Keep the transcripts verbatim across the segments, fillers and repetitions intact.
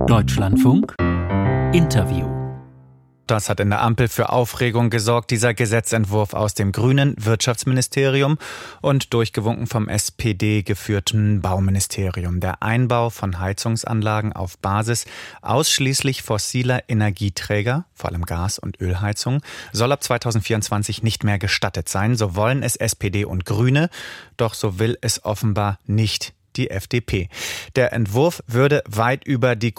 Deutschlandfunk Interview. Das hat in der Ampel für Aufregung gesorgt, dieser Gesetzentwurf aus dem grünen Wirtschaftsministerium und durchgewunken vom S P D geführten Bauministerium. Der Einbau von Heizungsanlagen auf Basis ausschließlich fossiler Energieträger, vor allem Gas- und Ölheizung, soll ab zweitausendvierundzwanzig nicht mehr gestattet sein. So wollen es S P D und Grüne, doch so will es offenbar nicht die F D P. Der Entwurf würde weit über die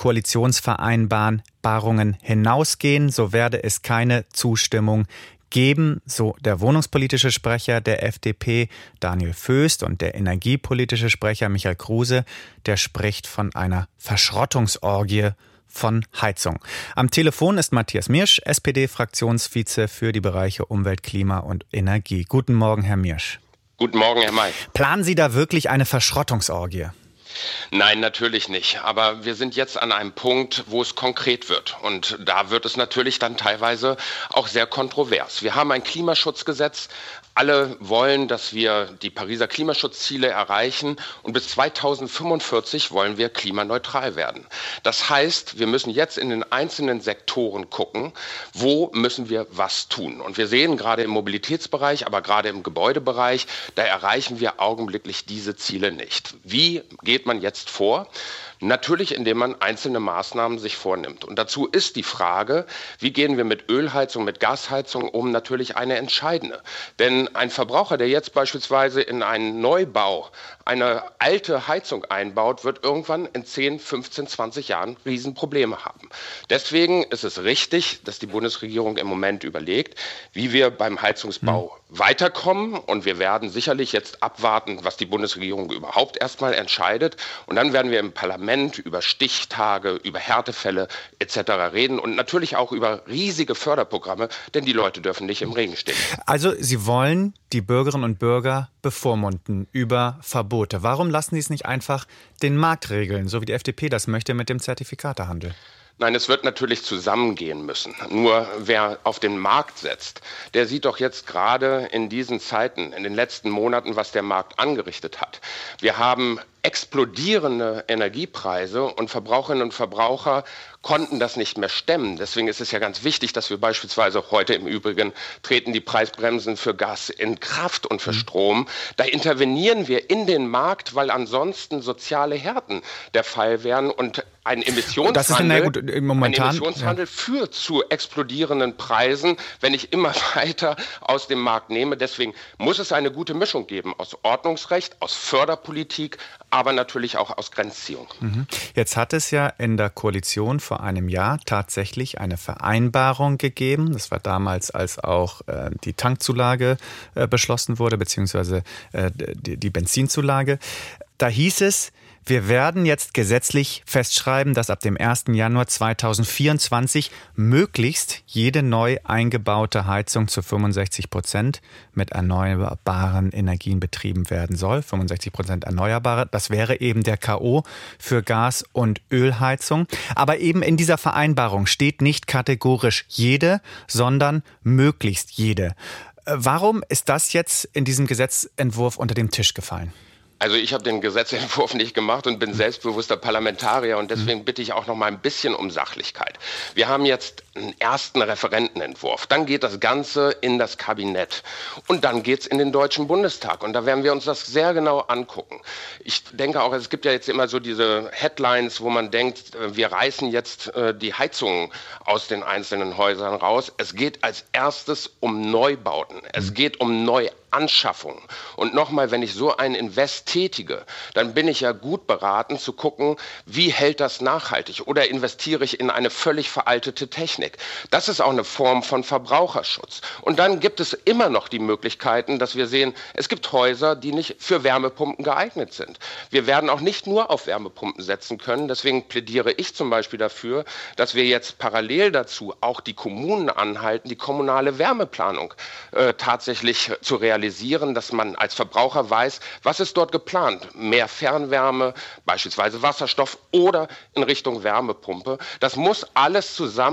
Koalitionsvereinbarungen hinausgehen. So werde es keine Zustimmung geben, so der wohnungspolitische Sprecher der F D P, Daniel Föst, und der energiepolitische Sprecher Michael Kruse, der spricht von einer Verschrottungsorgie von Heizung. Am Telefon ist Matthias Miersch, S P D-Fraktionsvize für die Bereiche Umwelt, Klima und Energie. Guten Morgen, Herr Miersch. Guten Morgen, Herr May. Planen Sie da wirklich eine Verschrottungsorgie? Nein, natürlich nicht. Aber wir sind jetzt an einem Punkt, wo es konkret wird. Und da wird es natürlich dann teilweise auch sehr kontrovers. Wir haben ein Klimaschutzgesetz. Alle wollen, dass wir die Pariser Klimaschutzziele erreichen. Und bis zweitausendfünfundvierzig wollen wir klimaneutral werden. Das heißt, wir müssen jetzt in den einzelnen Sektoren gucken, wo müssen wir was tun. Und wir sehen gerade im Mobilitätsbereich, aber gerade im Gebäudebereich, da erreichen wir augenblicklich diese Ziele nicht. Wie geht man jetzt vor? Natürlich, indem man einzelne Maßnahmen sich vornimmt. Und dazu ist die Frage, wie gehen wir mit Ölheizung, mit Gasheizung um, natürlich eine entscheidende. Denn ein Verbraucher, der jetzt beispielsweise in einen Neubau eine alte Heizung einbaut, wird irgendwann in zehn, fünfzehn, zwanzig Jahren Riesenprobleme haben. Deswegen ist es richtig, dass die Bundesregierung im Moment überlegt, wie wir beim Heizungsbau mhm. weiterkommen. Und wir werden sicherlich jetzt abwarten, was die Bundesregierung überhaupt erstmal entscheidet. Und dann werden wir im Parlament über Stichtage, über Härtefälle et cetera reden und natürlich auch über riesige Förderprogramme, denn die Leute dürfen nicht im Regen stehen. Also Sie wollen die Bürgerinnen und Bürger bevormunden über Verbote. Warum lassen Sie es nicht einfach den Markt regeln, so wie die F D P das möchte mit dem Zertifikatehandel? Nein, es wird natürlich zusammengehen müssen. Nur wer auf den Markt setzt, der sieht doch jetzt gerade in diesen Zeiten, in den letzten Monaten, was der Markt angerichtet hat. Wir haben explodierende Energiepreise und Verbraucherinnen und Verbraucher konnten das nicht mehr stemmen. Deswegen ist es ja ganz wichtig, dass wir beispielsweise heute im Übrigen treten die Preisbremsen für Gas in Kraft und für Strom. Da intervenieren wir in den Markt, weil ansonsten soziale Härten der Fall wären und ein Emissionshandel, das ist eine, gut, momentan, ein Emissionshandel ja. führt zu explodierenden Preisen, wenn ich immer weiter aus dem Markt nehme. Deswegen muss es eine gute Mischung geben aus Ordnungsrecht, aus Förderpolitik, aber natürlich auch aus Grenzziehung. Mhm. Jetzt hat es ja in der Koalition vor einem Jahr tatsächlich eine Vereinbarung gegeben. Das war damals, als auch äh, die Tankzulage äh, beschlossen wurde, beziehungsweise äh, die, die Benzinzulage. Da hieß es, wir werden jetzt gesetzlich festschreiben, dass ab dem ersten Januar zweitausendvierundzwanzig möglichst jede neu eingebaute Heizung zu fünfundsechzig Prozent mit erneuerbaren Energien betrieben werden soll. fünfundsechzig Prozent erneuerbare, das wäre eben der K O für Gas- und Ölheizung. Aber eben in dieser Vereinbarung steht nicht kategorisch jede, sondern möglichst jede. Warum ist das jetzt in diesem Gesetzentwurf unter den Tisch gefallen? Also ich habe den Gesetzentwurf nicht gemacht und bin selbstbewusster Parlamentarier und deswegen bitte ich auch noch mal ein bisschen um Sachlichkeit. Wir haben jetzt einen ersten Referentenentwurf, dann geht das Ganze in das Kabinett und dann geht's in den Deutschen Bundestag und da werden wir uns das sehr genau angucken. Ich denke auch, es gibt ja jetzt immer so diese Headlines, wo man denkt, wir reißen jetzt die Heizungen aus den einzelnen Häusern raus. Es geht als erstes um Neubauten, es geht um Neuanschaffungen. Und nochmal, wenn ich so ein Invest tätige, dann bin ich ja gut beraten zu gucken, wie hält das nachhaltig oder investiere ich in eine völlig veraltete Technik. Das ist auch eine Form von Verbraucherschutz. Und dann gibt es immer noch die Möglichkeiten, dass wir sehen, es gibt Häuser, die nicht für Wärmepumpen geeignet sind. Wir werden auch nicht nur auf Wärmepumpen setzen können. Deswegen plädiere ich zum Beispiel dafür, dass wir jetzt parallel dazu auch die Kommunen anhalten, die kommunale Wärmeplanung äh, tatsächlich zu realisieren, dass man als Verbraucher weiß, was ist dort geplant. Mehr Fernwärme, beispielsweise Wasserstoff oder in Richtung Wärmepumpe. Das muss alles zusammengehen,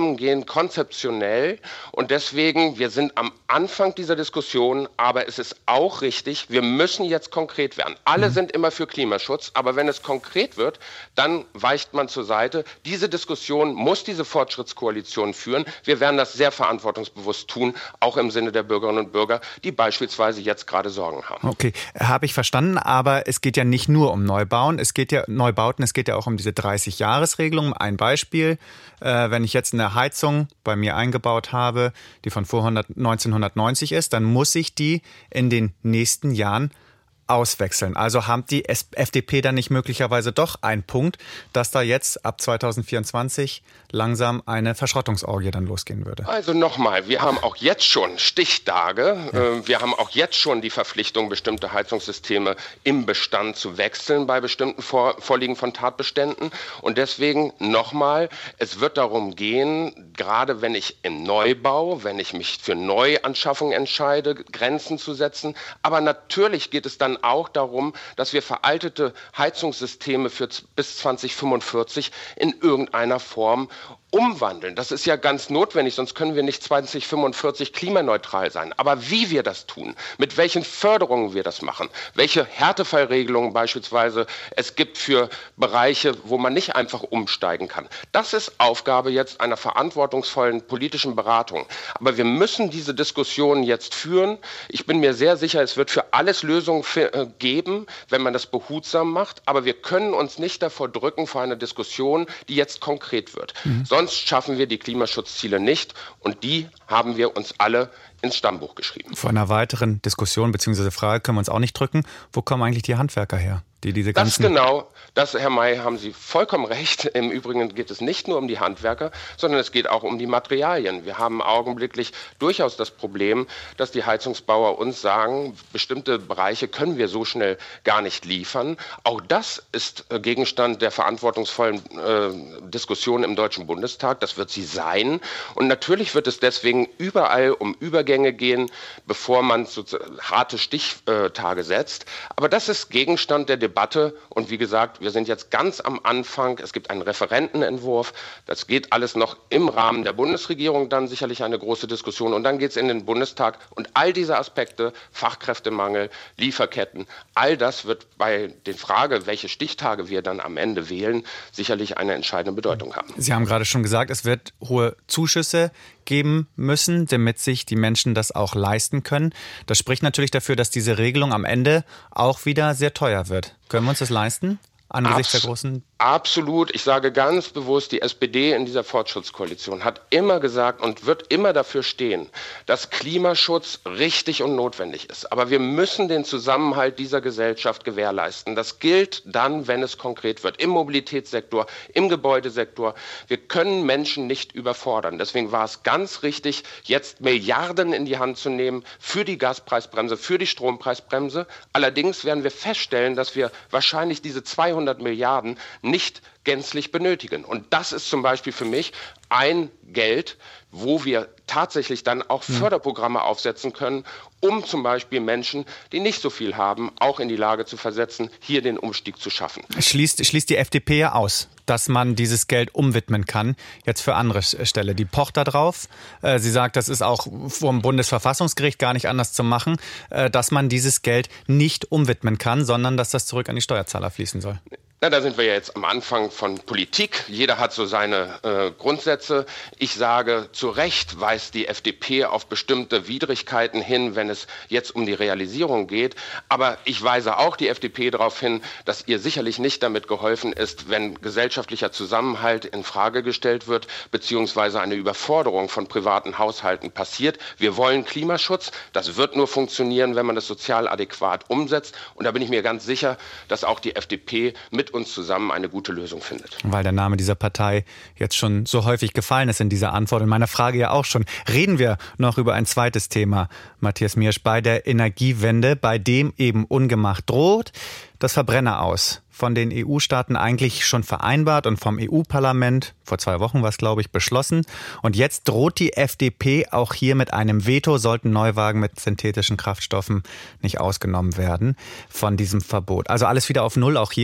sind konzeptionell und deswegen, wir sind am Anfang dieser Diskussion, aber es ist auch richtig, wir müssen jetzt konkret werden. Alle mhm. sind immer für Klimaschutz, aber wenn es konkret wird, dann weicht man zur Seite. Diese Diskussion muss diese Fortschrittskoalition führen. Wir werden das sehr verantwortungsbewusst tun, auch im Sinne der Bürgerinnen und Bürger, die beispielsweise jetzt gerade Sorgen haben. Okay, habe ich verstanden, aber es geht ja nicht nur um Neubauen, es geht ja Neubauten, es geht ja auch um diese dreißig-Jahres-Regelung. Ein Beispiel, äh, wenn ich jetzt eine Heizung bei mir eingebaut habe, die von vor neunzehnhundertneunzig ist, dann muss ich die in den nächsten Jahren auswechseln. Also haben die F D P dann nicht möglicherweise doch einen Punkt, dass da jetzt ab zweitausendvierundzwanzig langsam eine Verschrottungsorgie dann losgehen würde? Also nochmal, wir haben auch jetzt schon Stichtage. Ja. Wir haben auch jetzt schon die Verpflichtung, bestimmte Heizungssysteme im Bestand zu wechseln bei bestimmten Vor- Vorliegen von Tatbeständen. Und deswegen nochmal, es wird darum gehen, gerade wenn ich im Neubau, wenn ich mich für Neuanschaffungen entscheide, Grenzen zu setzen. Aber natürlich geht es dann auch darum, dass wir veraltete Heizungssysteme für bis zweitausendfünfundvierzig in irgendeiner Form umwandeln. Das ist ja ganz notwendig, sonst können wir nicht zweitausendfünfundvierzig klimaneutral sein. Aber wie wir das tun, mit welchen Förderungen wir das machen, welche Härtefallregelungen beispielsweise es gibt für Bereiche, wo man nicht einfach umsteigen kann, das ist Aufgabe jetzt einer verantwortungsvollen politischen Beratung. Aber wir müssen diese Diskussion jetzt führen. Ich bin mir sehr sicher, es wird für alles Lösungen für, äh, geben, wenn man das behutsam macht. Aber wir können uns nicht davor drücken vor einer Diskussion, die jetzt konkret wird. Mhm. Sonst schaffen wir die Klimaschutzziele nicht und die haben wir uns alle ins Stammbuch geschrieben. Vor einer weiteren Diskussion bzw. Frage können wir uns auch nicht drücken. Wo kommen eigentlich die Handwerker her? Die diese ganzen das genau, das, Herr May, haben Sie vollkommen recht. Im Übrigen geht es nicht nur um die Handwerker, sondern es geht auch um die Materialien. Wir haben augenblicklich durchaus das Problem, dass die Heizungsbauer uns sagen, bestimmte Bereiche können wir so schnell gar nicht liefern. Auch das ist Gegenstand der verantwortungsvollen äh, Diskussion im Deutschen Bundestag. Das wird sie sein. Und natürlich wird es deswegen überall um Übergänge gehen, bevor man so harte Stichtage setzt. Aber das ist Gegenstand der Debatte. Und wie gesagt, wir sind jetzt ganz am Anfang. Es gibt einen Referentenentwurf. Das geht alles noch im Rahmen der Bundesregierung, dann sicherlich eine große Diskussion. Und dann geht es in den Bundestag. Und all diese Aspekte, Fachkräftemangel, Lieferketten, all das wird bei der Frage, welche Stichtage wir dann am Ende wählen, sicherlich eine entscheidende Bedeutung haben. Sie haben gerade schon gesagt, es wird hohe Zuschüsse geben müssen, damit sich die Menschen das auch leisten können. Das spricht natürlich dafür, dass diese Regelung am Ende auch wieder sehr teuer wird. Können wir uns das leisten angesichts Abs- der großen... Absolut. Ich sage ganz bewusst, die S P D in dieser Fortschrittskoalition hat immer gesagt und wird immer dafür stehen, dass Klimaschutz richtig und notwendig ist. Aber wir müssen den Zusammenhalt dieser Gesellschaft gewährleisten. Das gilt dann, wenn es konkret wird, im Mobilitätssektor, im Gebäudesektor. Wir können Menschen nicht überfordern. Deswegen war es ganz richtig, jetzt Milliarden in die Hand zu nehmen für die Gaspreisbremse, für die Strompreisbremse. Allerdings werden wir feststellen, dass wir wahrscheinlich diese zweihundert Milliarden nicht gänzlich benötigen. Und das ist zum Beispiel für mich ein Geld, wo wir tatsächlich dann auch Förderprogramme aufsetzen können, um zum Beispiel Menschen, die nicht so viel haben, auch in die Lage zu versetzen, hier den Umstieg zu schaffen. Schließt, schließt die F D P ja aus, dass man dieses Geld umwidmen kann, jetzt für andere Stelle. Die pocht da drauf. Sie sagt, das ist auch vom Bundesverfassungsgericht gar nicht anders zu machen, dass man dieses Geld nicht umwidmen kann, sondern dass das zurück an die Steuerzahler fließen soll. Na, da sind wir ja jetzt am Anfang von Politik. Jeder hat so seine äh, Grundsätze. Ich sage, zu Recht weist die F D P auf bestimmte Widrigkeiten hin, wenn es jetzt um die Realisierung geht. Aber ich weise auch die F D P darauf hin, dass ihr sicherlich nicht damit geholfen ist, wenn gesellschaftlicher Zusammenhalt in Frage gestellt wird, beziehungsweise eine Überforderung von privaten Haushalten passiert. Wir wollen Klimaschutz. Das wird nur funktionieren, wenn man das sozial adäquat umsetzt. Und da bin ich mir ganz sicher, dass auch die F D P mit uns zusammen eine gute Lösung findet. Weil der Name dieser Partei jetzt schon so häufig gefallen ist in dieser Antwort und meiner Frage ja auch schon, reden wir noch über ein zweites Thema, Matthias Miersch, bei der Energiewende, bei dem eben Ungemach droht. Das Verbrenner aus, von den E U-Staaten eigentlich schon vereinbart und vom E U-Parlament, vor zwei Wochen war es, glaube ich, beschlossen. Und jetzt droht die F D P auch hier mit einem Veto, sollten Neuwagen mit synthetischen Kraftstoffen nicht ausgenommen werden von diesem Verbot. Also alles wieder auf Null auch hier?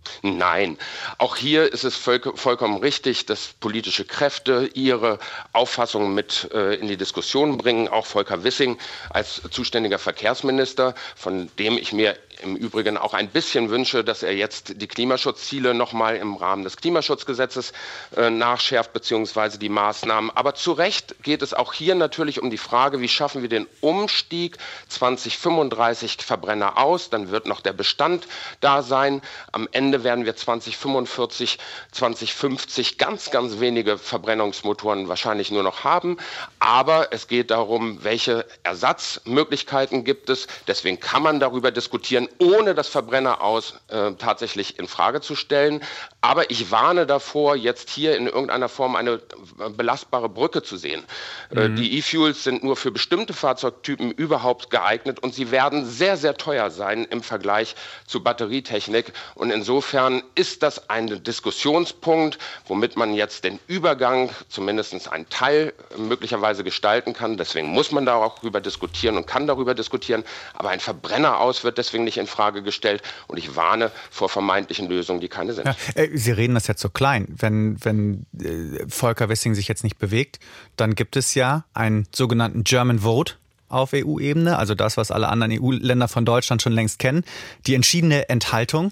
Nein, auch hier ist es voll, vollkommen richtig, dass politische Kräfte ihre Auffassungen mit äh, in die Diskussion bringen. Auch Volker Wissing als zuständiger Verkehrsminister, von dem ich mir im Übrigen auch ein bisschen wünsche, dass er jetzt die Klimaschutzziele noch mal im Rahmen des Klimaschutzgesetzes äh, nachschärft, beziehungsweise die Maßnahmen. Aber zu Recht geht es auch hier natürlich um die Frage, wie schaffen wir den Umstieg zwanzig fünfunddreißig Verbrenner aus, dann wird noch der Bestand da sein. Am Ende werden wir zwanzig fünfundvierzig, zwanzig fünfzig ganz, ganz wenige Verbrennungsmotoren wahrscheinlich nur noch haben. Aber es geht darum, welche Ersatzmöglichkeiten gibt es. Deswegen kann man darüber diskutieren, ohne das Verbrenner aus äh, tatsächlich in Frage zu stellen. Aber ich warne davor, jetzt hier in irgendeiner Form eine belastbare Brücke zu sehen. Mhm. Äh, die E-Fuels sind nur für bestimmte Fahrzeugtypen überhaupt geeignet und sie werden sehr, sehr teuer sein im Vergleich zu Batterietechnik. Und insofern ist das ein Diskussionspunkt, womit man jetzt den Übergang, zumindest einen Teil, möglicherweise gestalten kann. Deswegen muss man darüber diskutieren und kann darüber diskutieren. Aber ein Verbrenner aus wird deswegen nicht in Frage gestellt. Und ich warne vor vermeintlichen Lösungen, die keine sind. Ja, äh, Sie reden das jetzt so klein. Wenn, wenn äh, Volker Wissing sich jetzt nicht bewegt, dann gibt es ja einen sogenannten German Vote auf E U-Ebene, also das, was alle anderen E U-Länder von Deutschland schon längst kennen, die entschiedene Enthaltung.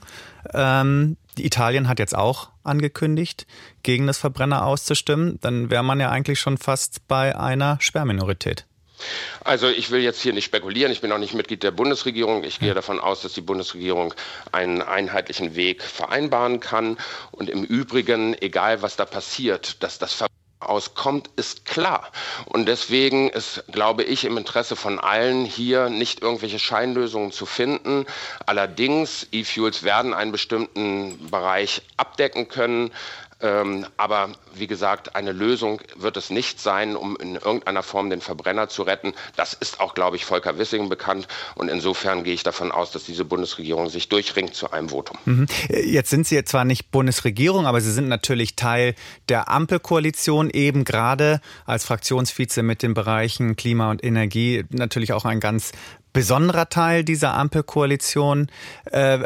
Ähm, Italien hat jetzt auch angekündigt, gegen das Verbrenner auszustimmen. Dann wäre man ja eigentlich schon fast bei einer Sperrminorität. Also ich will jetzt hier nicht spekulieren, ich bin auch nicht Mitglied der Bundesregierung. Ich gehe davon aus, dass die Bundesregierung einen einheitlichen Weg vereinbaren kann. Und im Übrigen, egal was da passiert, dass das Verbrenner auskommt, ist klar. Und deswegen ist, glaube ich, im Interesse von allen, hier nicht irgendwelche Scheinlösungen zu finden. Allerdings, E-Fuels werden einen bestimmten Bereich abdecken können. Ähm, aber wie gesagt, eine Lösung wird es nicht sein, um in irgendeiner Form den Verbrenner zu retten. Das ist auch, glaube ich, Volker Wissing bekannt. Und insofern gehe ich davon aus, dass diese Bundesregierung sich durchringt zu einem Votum. Mhm. Jetzt sind Sie jetzt zwar nicht Bundesregierung, aber Sie sind natürlich Teil der Ampelkoalition, eben gerade als Fraktionsvize mit den Bereichen Klima und Energie natürlich auch ein ganz besonderer Teil dieser Ampelkoalition. Äh,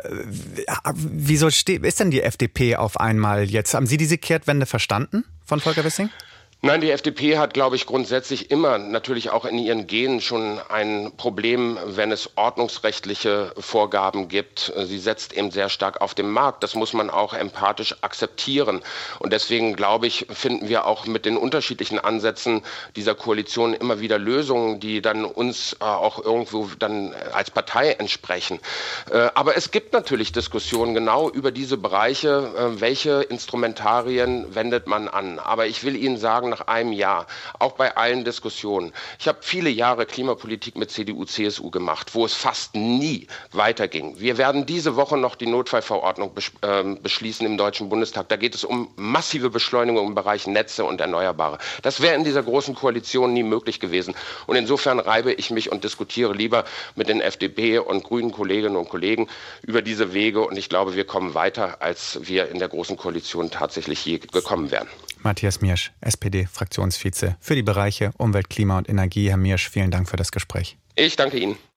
wieso steht, ist denn die F D P auf einmal jetzt? Haben Sie diese Kehrtwende verstanden von Volker Wissing? Nein, die F D P hat, glaube ich, grundsätzlich immer natürlich auch in ihren Genen schon ein Problem, wenn es ordnungsrechtliche Vorgaben gibt. Sie setzt eben sehr stark auf den Markt. Das muss man auch empathisch akzeptieren. Und deswegen, glaube ich, finden wir auch mit den unterschiedlichen Ansätzen dieser Koalition immer wieder Lösungen, die dann uns äh, auch irgendwo dann als Partei entsprechen. Äh, aber es gibt natürlich Diskussionen genau über diese Bereiche. Äh, welche Instrumentarien wendet man an? Aber ich will Ihnen sagen, nach einem Jahr, auch bei allen Diskussionen. Ich habe viele Jahre Klimapolitik mit C D U, C S U gemacht, wo es fast nie weiterging. Wir werden diese Woche noch die Notfallverordnung besch- äh, beschließen im Deutschen Bundestag. Da geht es um massive Beschleunigung im Bereich Netze und Erneuerbare. Das wäre in dieser großen Koalition nie möglich gewesen. Und insofern reibe ich mich und diskutiere lieber mit den F D P und grünen Kolleginnen und Kollegen über diese Wege. Und ich glaube, wir kommen weiter, als wir in der großen Koalition tatsächlich je gekommen wären. Matthias Miersch, S P D-Fraktionsvize für die Bereiche Umwelt, Klima und Energie. Herr Miersch, vielen Dank für das Gespräch. Ich danke Ihnen.